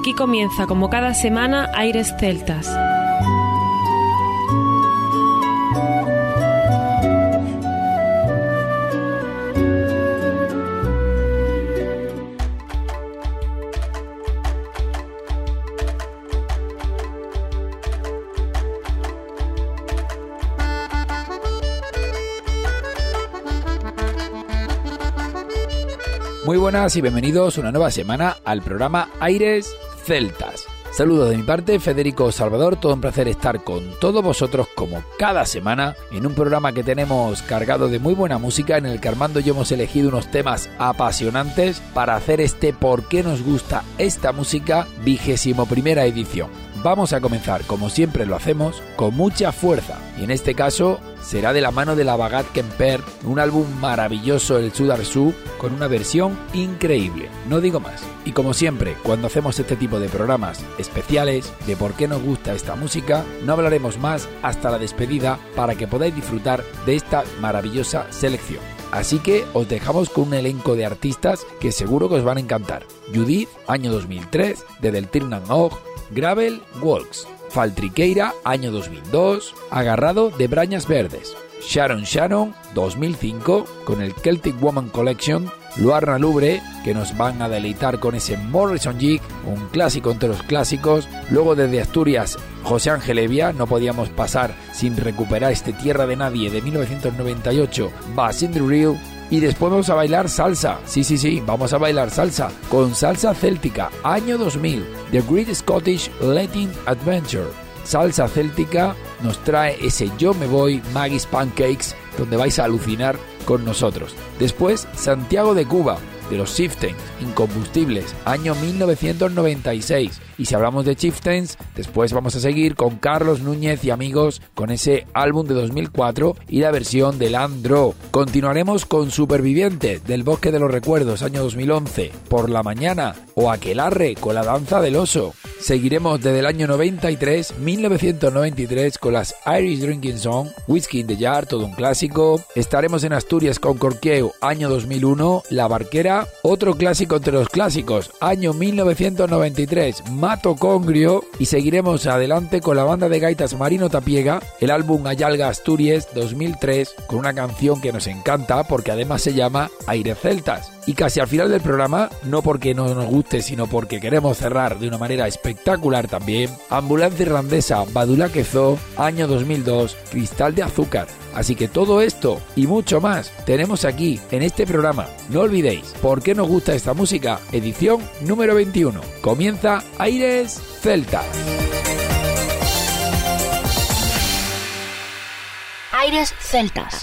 Aquí comienza, como cada semana, Aires Celtas. Muy buenas y bienvenidos una nueva semana al programa Aires Celtas. Saludos de mi parte, Federico Salvador, todo un placer estar con todos vosotros como cada semana en un programa que tenemos cargado de muy buena música, en el que Armando y yo hemos elegido unos temas apasionantes para hacer este ¿Por qué nos gusta esta música? 21ª edición. Vamos a comenzar, como siempre lo hacemos, con mucha fuerza, y en este caso será de la mano de la Bagat Kemper, un álbum maravilloso, el Sudar Su, con una versión increíble, no digo más. Y como siempre, cuando hacemos este tipo de programas especiales de por qué nos gusta esta música, no hablaremos más hasta la despedida para que podáis disfrutar de esta maravillosa selección. Así que os dejamos con un elenco de artistas que seguro que os van a encantar. Judith, año 2003, de Del Tirnan Og, Gravel, Walks, Faltriqueira, año 2002, Agarrado, de Brañas Verdes, Sharon, 2005, con el Celtic Woman Collection, Luarna Lubre, que nos van a deleitar con ese Morrison Jig, un clásico entre los clásicos. Luego desde Asturias, José Ángel Evia, no podíamos pasar sin recuperar este Tierra de Nadie de 1998, Bass in the Real. Y después vamos a bailar salsa, sí, vamos a bailar salsa, con Salsa Céltica, año 2000, The Great Scottish Latin Adventure. Salsa Céltica nos trae ese Yo Me Voy, Maggie's Pancakes, donde vais a alucinar con nosotros. Después, Santiago de Cuba, de los Chieftains, Incombustibles, año 1996. Y si hablamos de Chieftains, después vamos a seguir con Carlos Núñez y amigos, con ese álbum de 2004 y la versión de Landro. Continuaremos con Superviviente, del Bosque de los Recuerdos, año 2011, Por la Mañana, o Aquelarre, con La Danza del Oso. Seguiremos desde el año 1993, con las Irish Drinking Song, Whiskey in the Jar, todo un clásico. Estaremos en Asturias con Corqueu, año 2001, La Barquera, otro clásico entre los clásicos, año 1993, Mato Congrio. Y seguiremos adelante con la banda de gaitas Marino Tapiega, el álbum Ayalga Asturias 2003, con una canción que nos encanta porque además se llama Aires Celtas. Y casi al final del programa, no porque no nos guste, sino porque queremos cerrar de una manera espectacular también, Ambulancia Irlandesa, Badula Quezó, año 2002, Cristal de Azúcar. Así que todo esto y mucho más tenemos aquí en este programa. No olvidéis, ¿por qué nos gusta esta música? Edición número 21. Comienza Aires Celtas. Aires Celtas.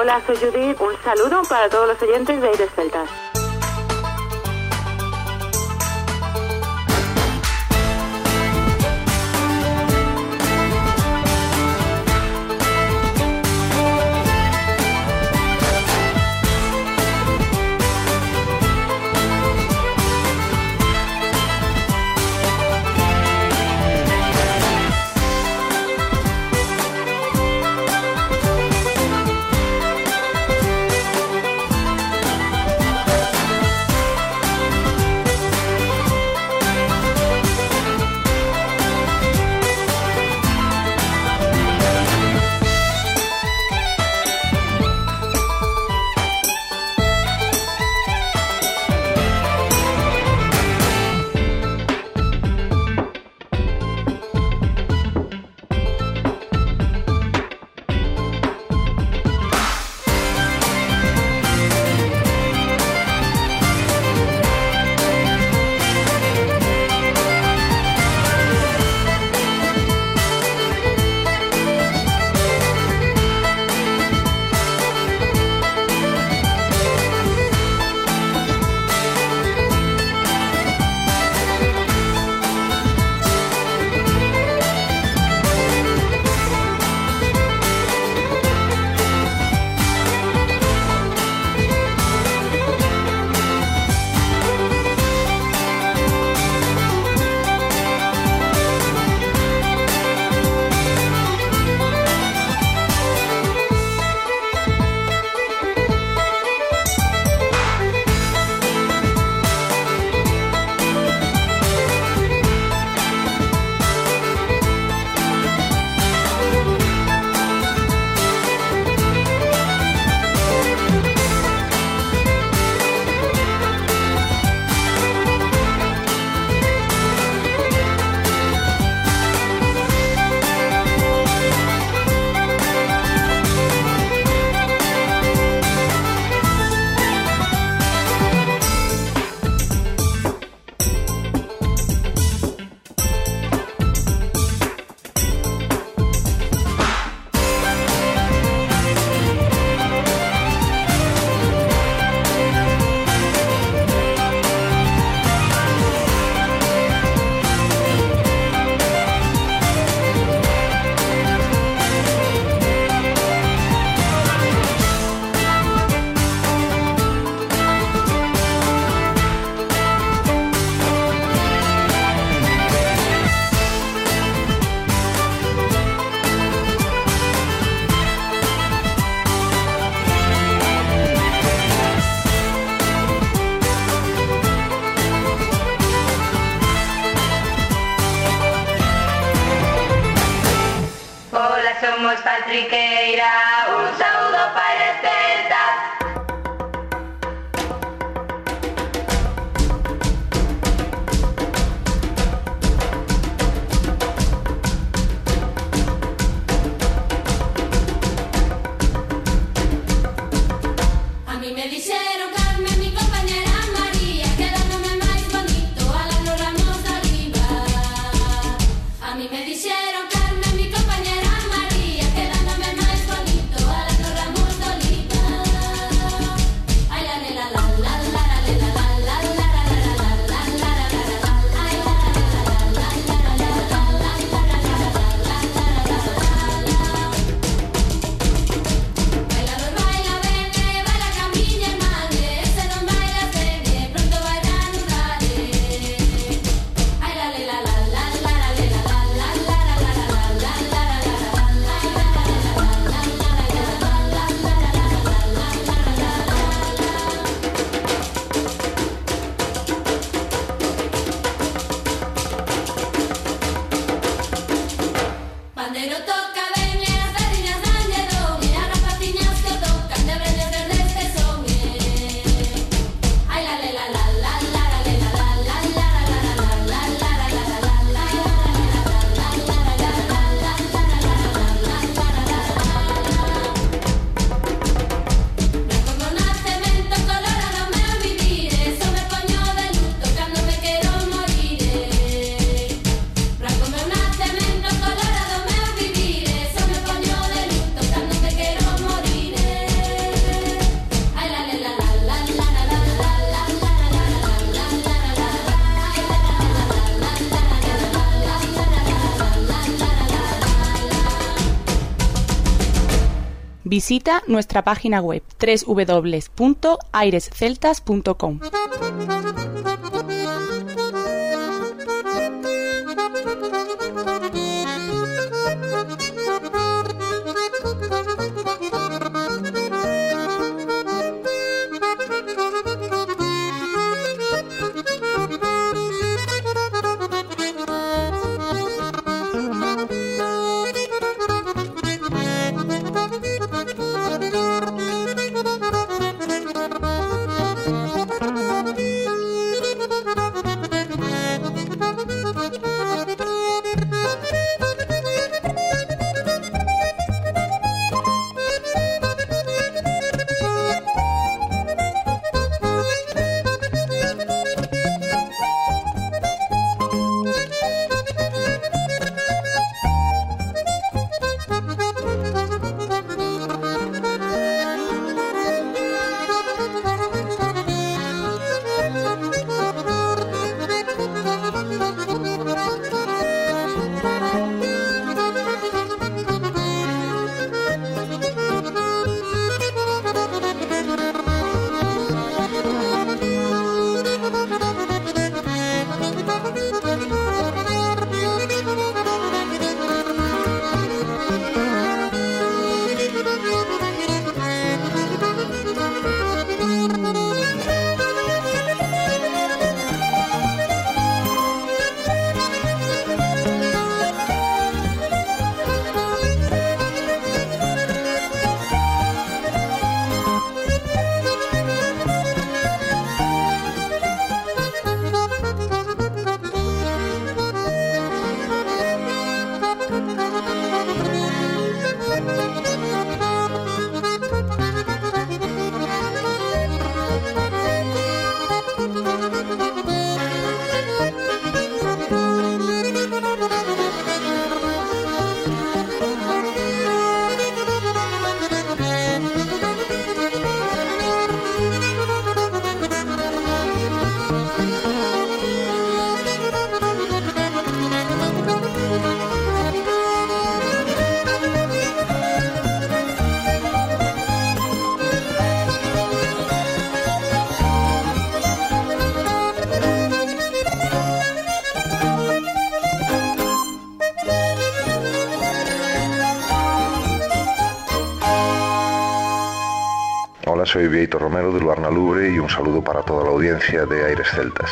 Hola, soy Judith. Un saludo para todos los oyentes de Aires Celtas. somos Patriqueira, un saúdo para Celtas. A mí me dixeron Carmen, mi compañera María, quedándome máis bonito a los ramos de oliva. A mí me dixeron Carmen, mi compañera María, quedándome máis bonito a los ramos de oliva. Visita nuestra página web www.airesceltas.com. Hola, soy Vieito Romero de Luarna Lubre y un saludo para toda la audiencia de Aires Celtas.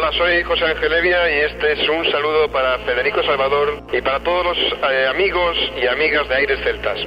Hola, soy José Ángel Evia y este es un saludo para Federico Salvador y para todos los amigos y amigas de Aires Celtas.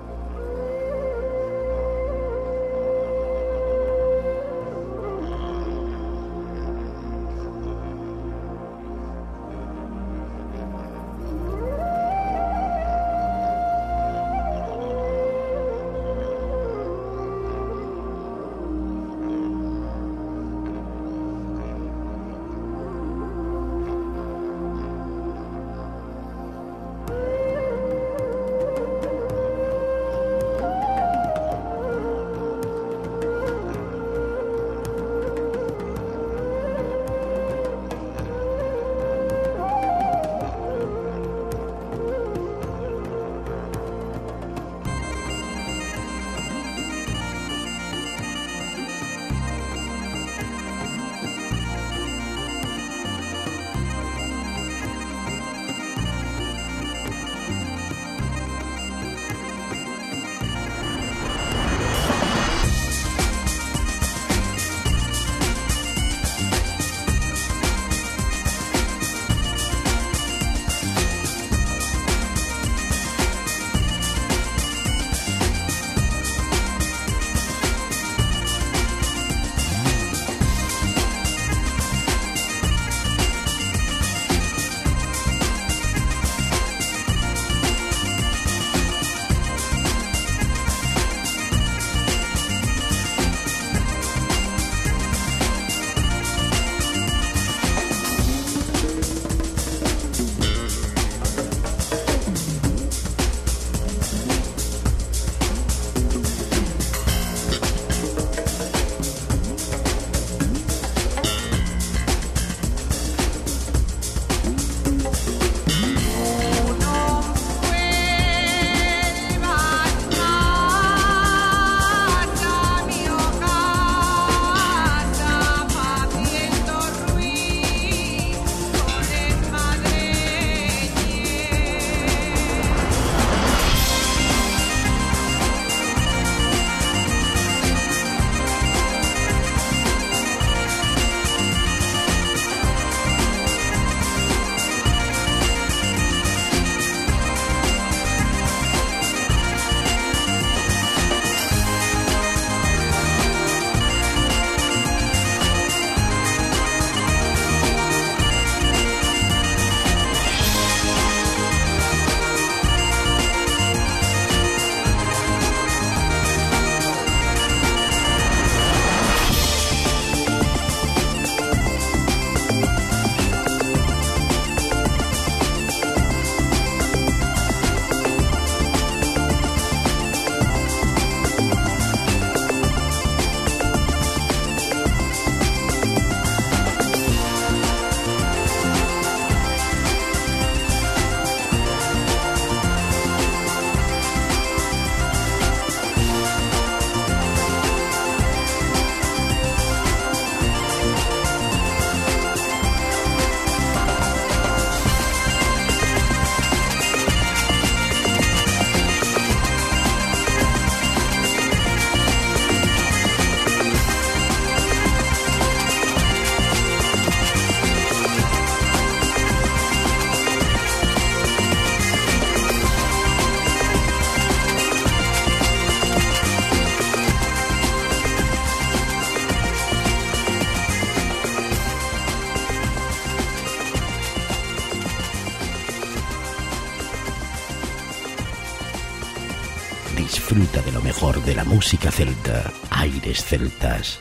Disfruta de lo mejor de la música celta. Aires Celtas.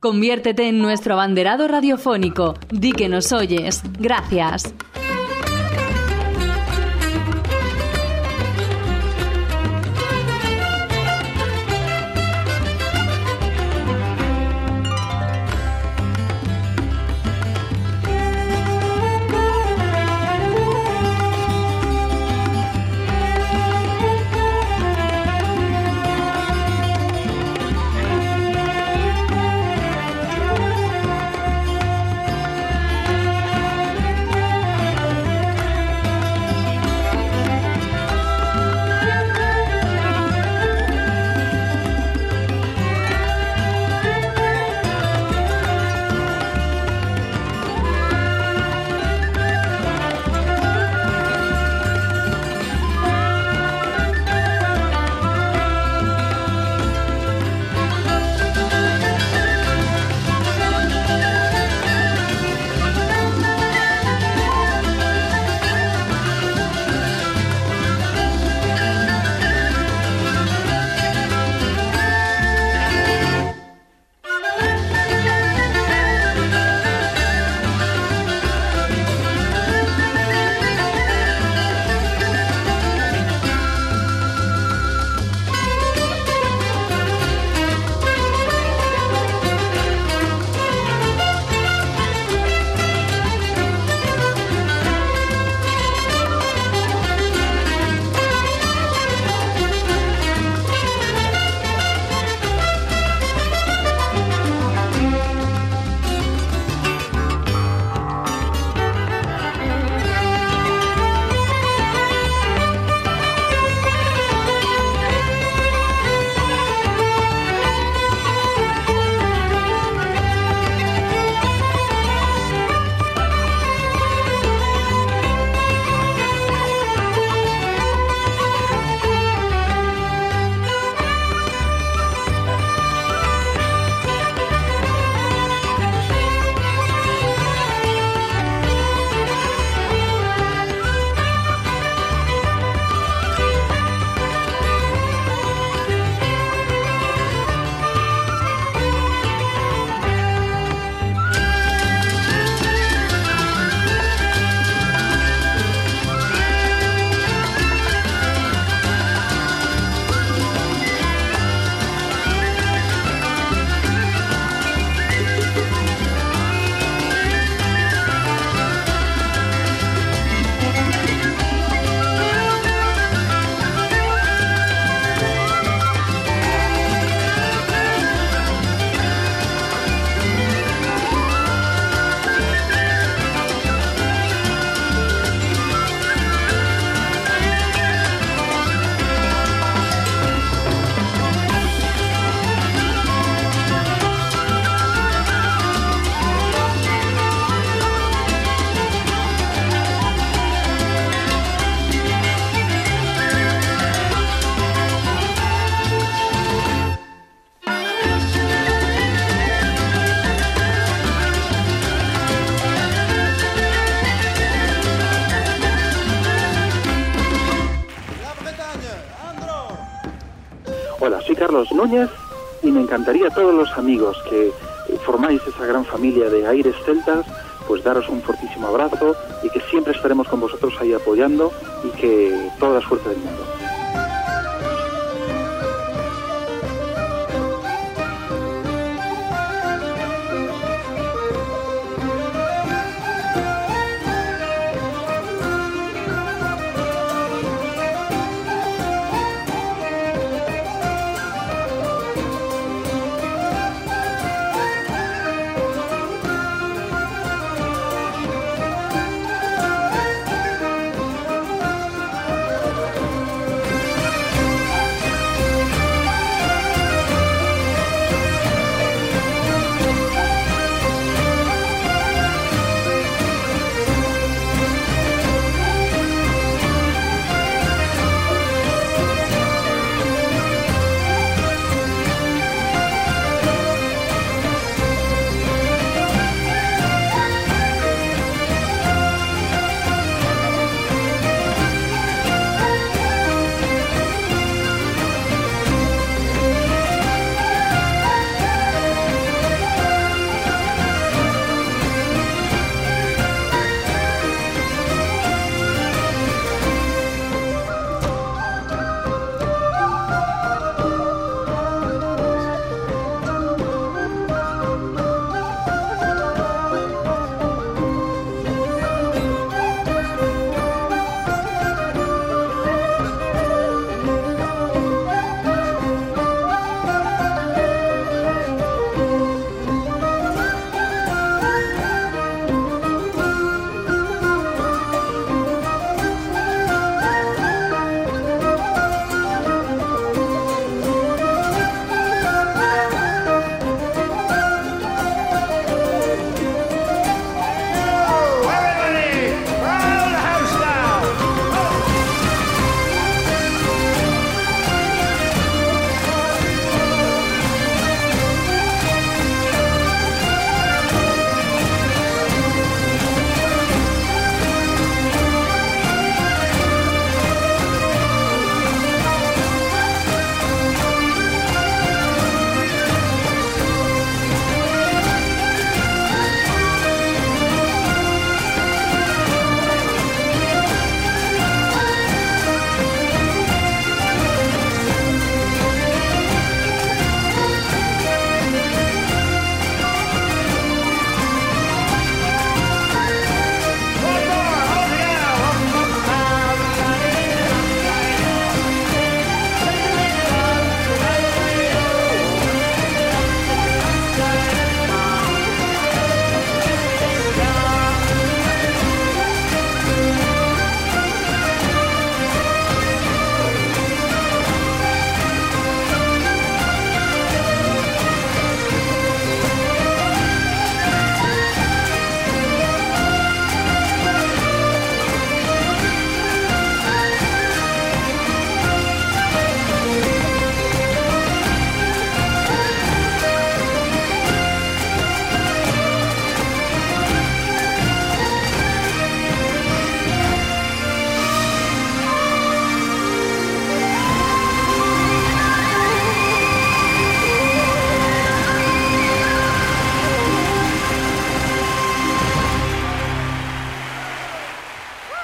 Conviértete en nuestro abanderado radiofónico. Di que nos oyes. Gracias. Hola, soy Carlos Núñez y me encantaría a todos los amigos que formáis esa gran familia de Aires Celtas, pues daros un fortísimo abrazo y que siempre estaremos con vosotros ahí apoyando y que toda la suerte del mundo.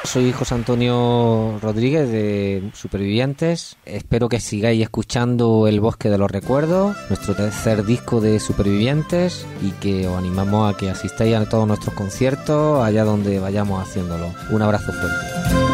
Soy José Antonio Rodríguez de Supervivientes. Espero que sigáis escuchando El Bosque de los Recuerdos, nuestro tercer disco de Supervivientes, y que os animamos a que asistáis a todos nuestros conciertos allá donde vayamos haciéndolo. Un abrazo fuerte.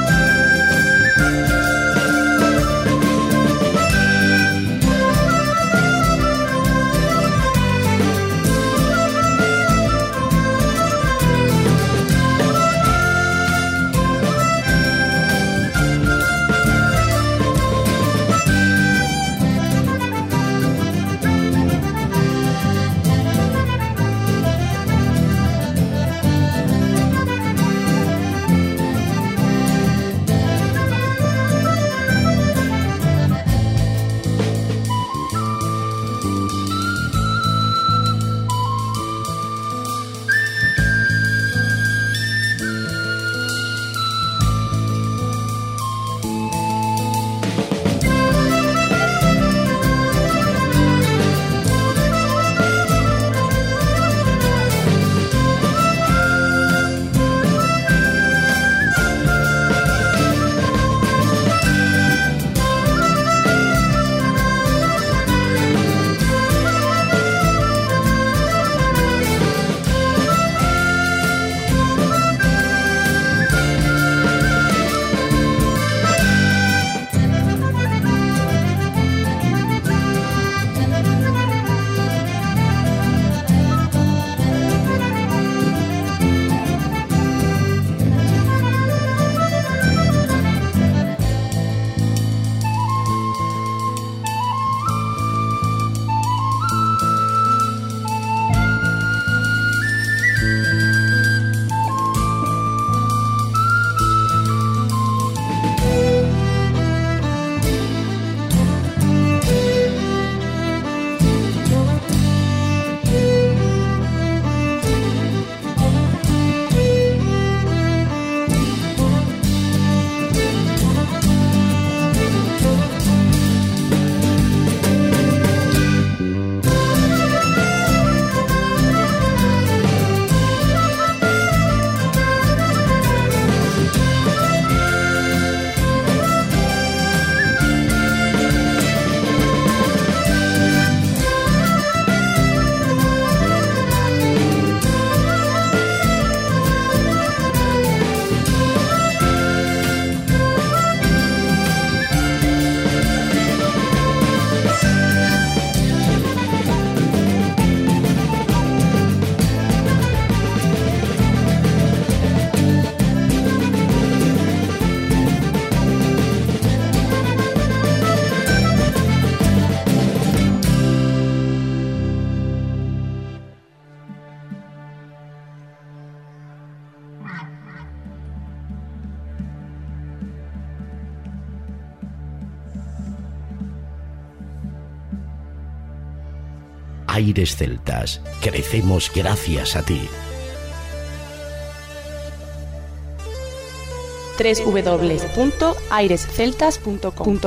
Aires Celtas, crecemos gracias a ti. www.airesceltas.com.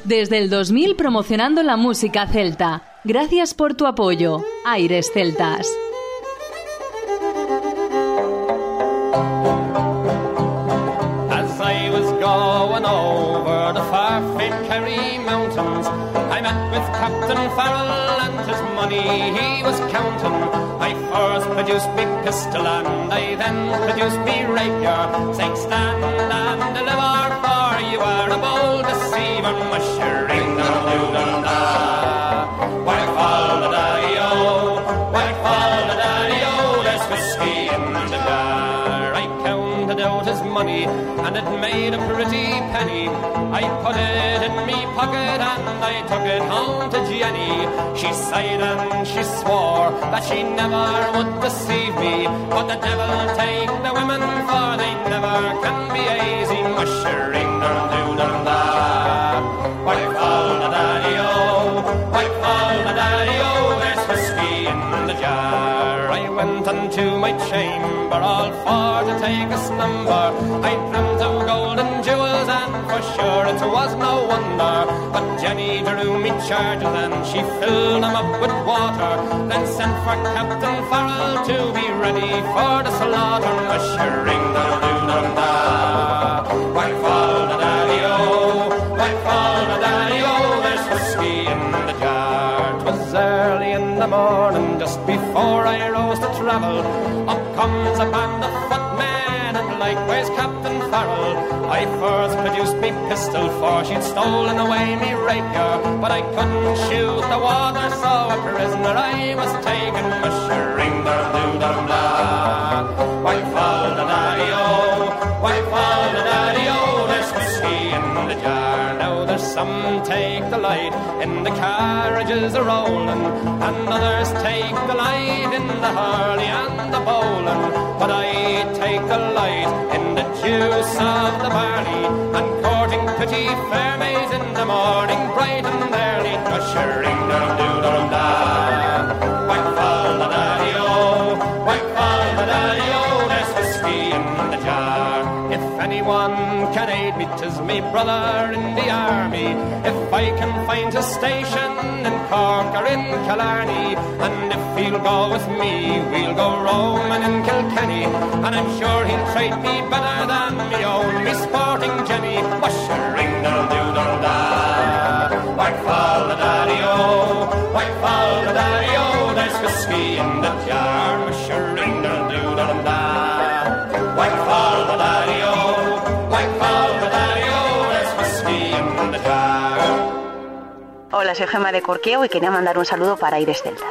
Desde el 2000 promocionando la música celta. Gracias por tu apoyo. Aires Celtas. As I was going over the far-famed Kerry mountains, I met with Captain Farrell and his money he was counting. I first produced me pistol and I then produced me rapier, saying stand and deliver, for you are a bold deceiver, mushering da-doo-da-da. Whack fall the daddy-o, whack fall the daddy-o, there's whiskey in the jar. I counted out his money and it made a pretty penny. I put it in me pocket and I took it home to Jenny. She sighed and she swore that she never would deceive me, but the devil take the women, for they never can be easy, mushering da-doo-da-da. Whack fall the daddy-o, whack fall the daddy-o, there's whiskey in the jar. I went unto my chamber all for to take a slumber. I dreamt of gold and jewels and for sure it was no wonder. But Jenny drew me charges and she filled them up with water, then sent for Captain Farrell to be ready for the slaughter, mushering da-doo-da-da. Whack fall the daddy-o, whack fall the daddy-o, there's whiskey in the jar. 'Twas early in the morning, just before I rose to travel, up comes a band of footmen and likewise Captain Farrell. I first produced me pistol, for she'd stolen away me rapier, but I couldn't shoot the water, so a prisoner I was taken, mushering da-doo-da-da. Whack fall the daddy-o, whack fall the daddy-o, there's whiskey in the jar. Now there's some take the light in the carriages a-rolling, and others take the light in the hurley and the bowling, but I take the light in the juice of the barley, and courting pretty fair maids in the morning, bright and early, mushering da-doo-da-da. Whack fall the daddy-o, whack fall the daddy-o, there's whiskey in the jar. If anyone can aid me, 'tis me brother in the army. If I can find his station in Cork or in Killarney, and if he'll go with me, we'll go roaming in Kilkenny, and I'm sure he'll treat me better than me own, me sporting Jenny, mushering da-doo-da-da. Whack fall the daddy-o, whack fall the daddy-o, there's whiskey in the jar, mushering da-doo-da-da. Whack fall the daddy-o, whack fall the daddy-o, there's whiskey in the jar. Hola, soy Gemma de Corqueo y quería mandar un saludo para Aires Celtas.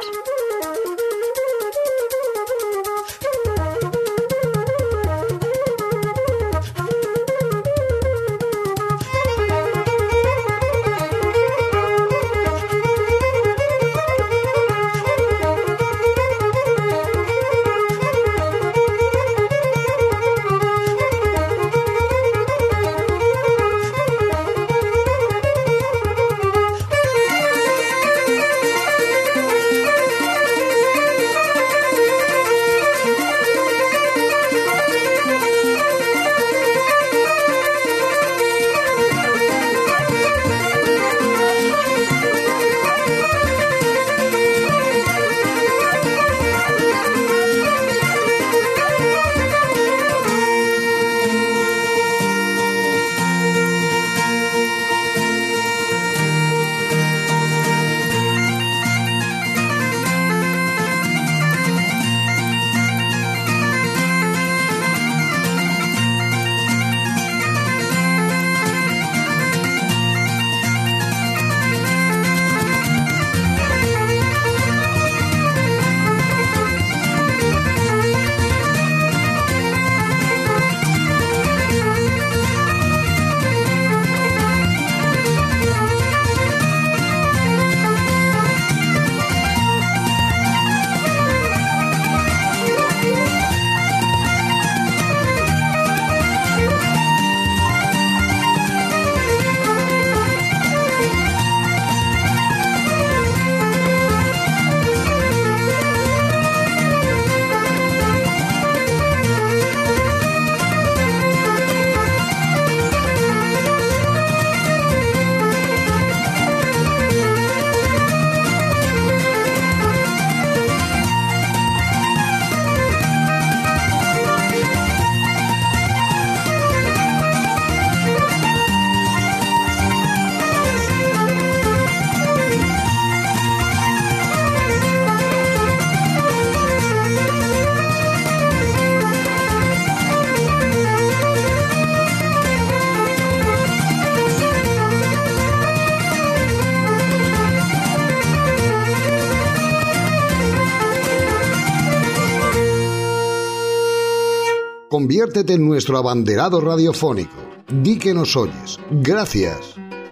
Conviértete en nuestro abanderado radiofónico. Di que nos oyes. Gracias.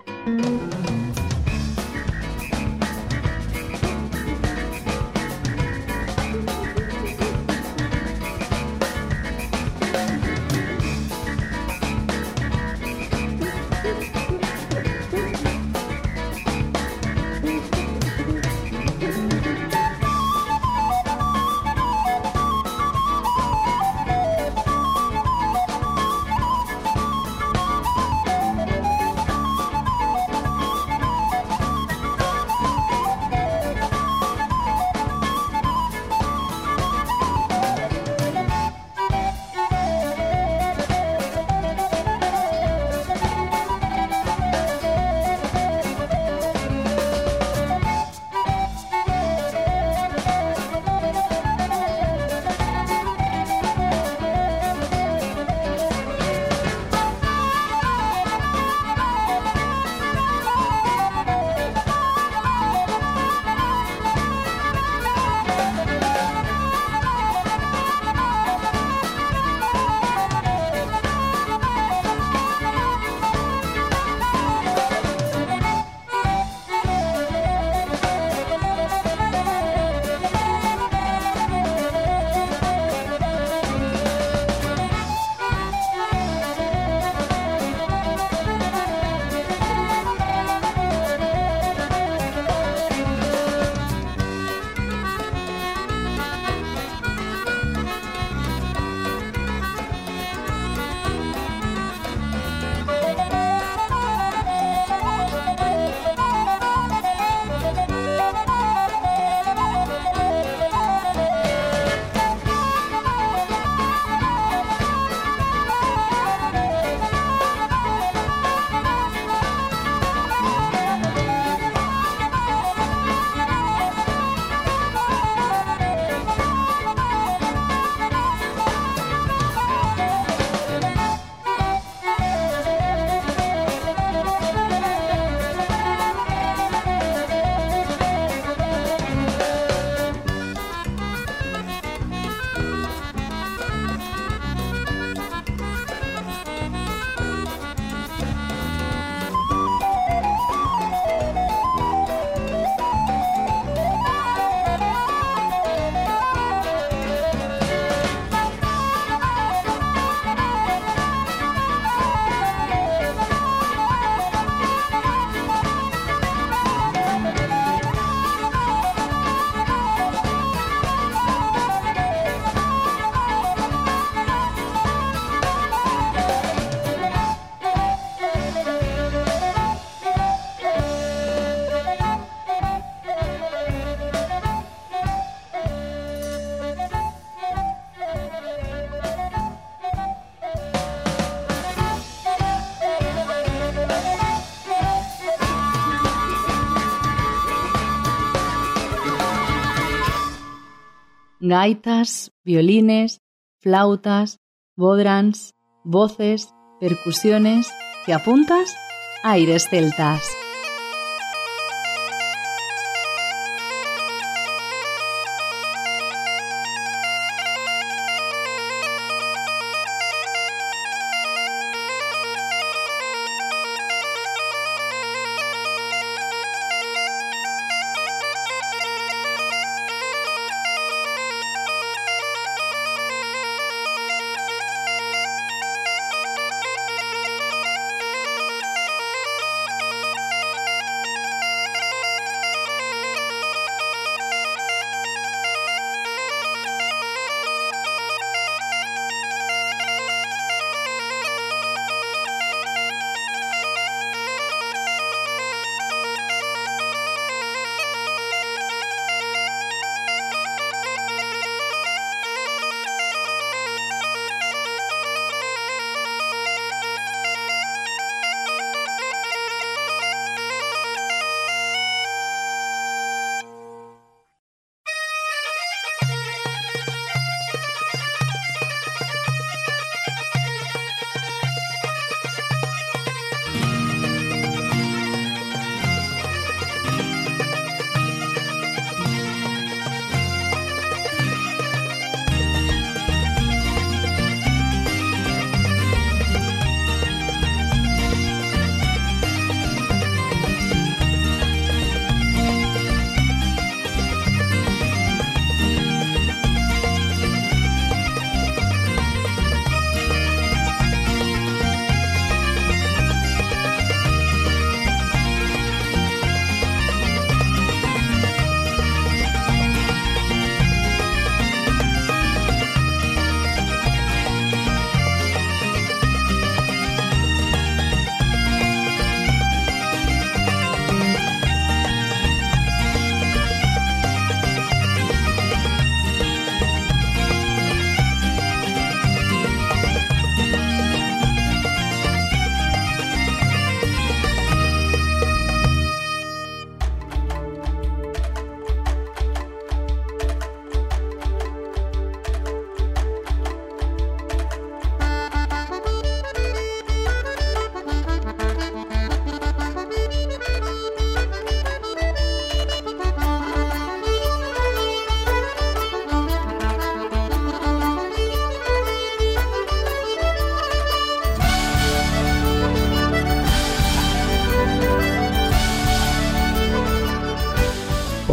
Gaitas, violines, flautas, bodrans, voces, percusiones. ¿Te apuntas? Aires celtas.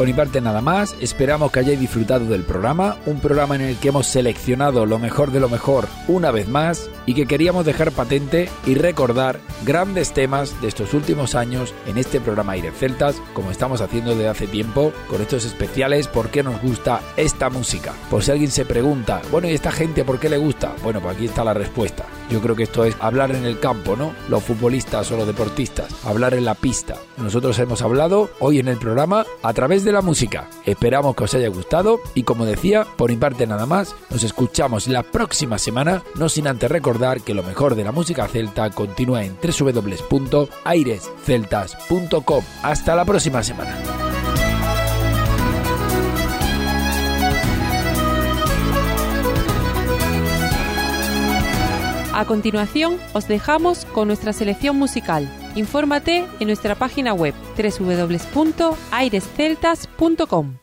Por mi parte nada más, esperamos que hayáis disfrutado del programa, un programa en el que hemos seleccionado lo mejor de lo mejor una vez más y que queríamos dejar patente y recordar grandes temas de estos últimos años en este programa Aires Celtas, como estamos haciendo desde hace tiempo con estos especiales ¿Por qué nos gusta esta música? Por si alguien se pregunta, bueno, ¿y esta gente por qué le gusta? Bueno, pues aquí está la respuesta. Yo creo que esto es hablar en el campo, ¿no? Los futbolistas o los deportistas, hablar en la pista. Nosotros hemos hablado hoy en el programa a través de la música. Esperamos que os haya gustado y, como decía, por mi parte nada más, nos escuchamos la próxima semana, no sin antes recordar que lo mejor de la música celta continúa en www.airesceltas.com. Hasta la próxima semana. A continuación, os dejamos con nuestra selección musical. Infórmate en nuestra página web www.airesceltas.com.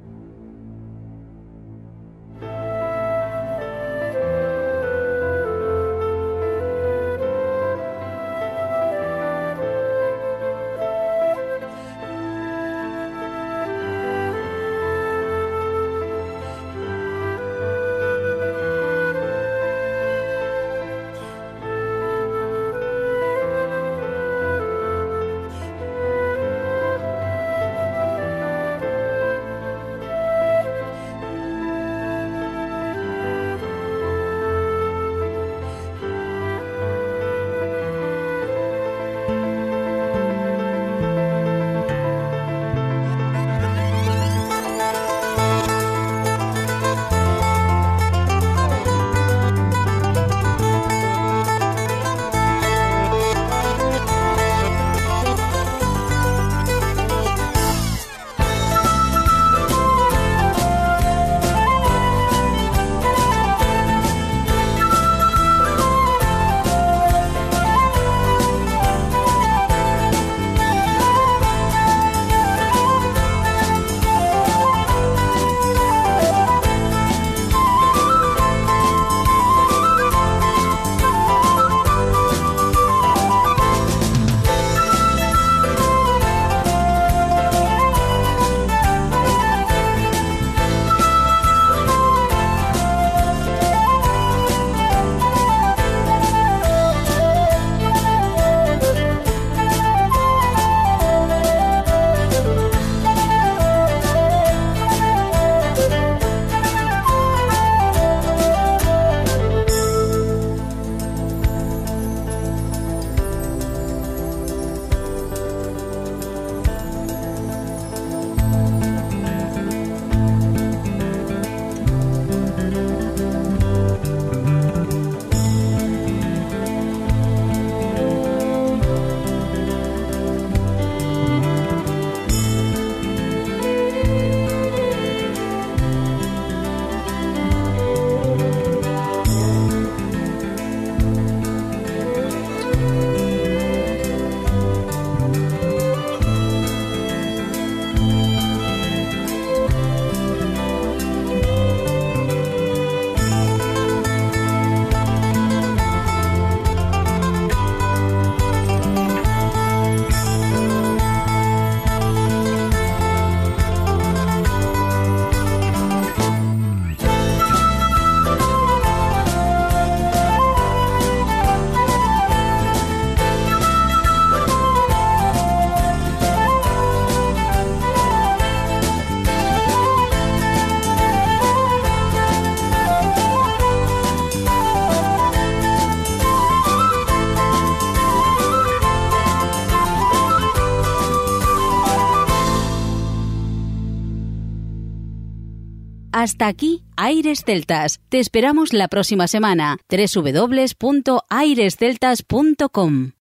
Hasta aquí Aires Celtas. Te esperamos la próxima semana. www.airesceltas.com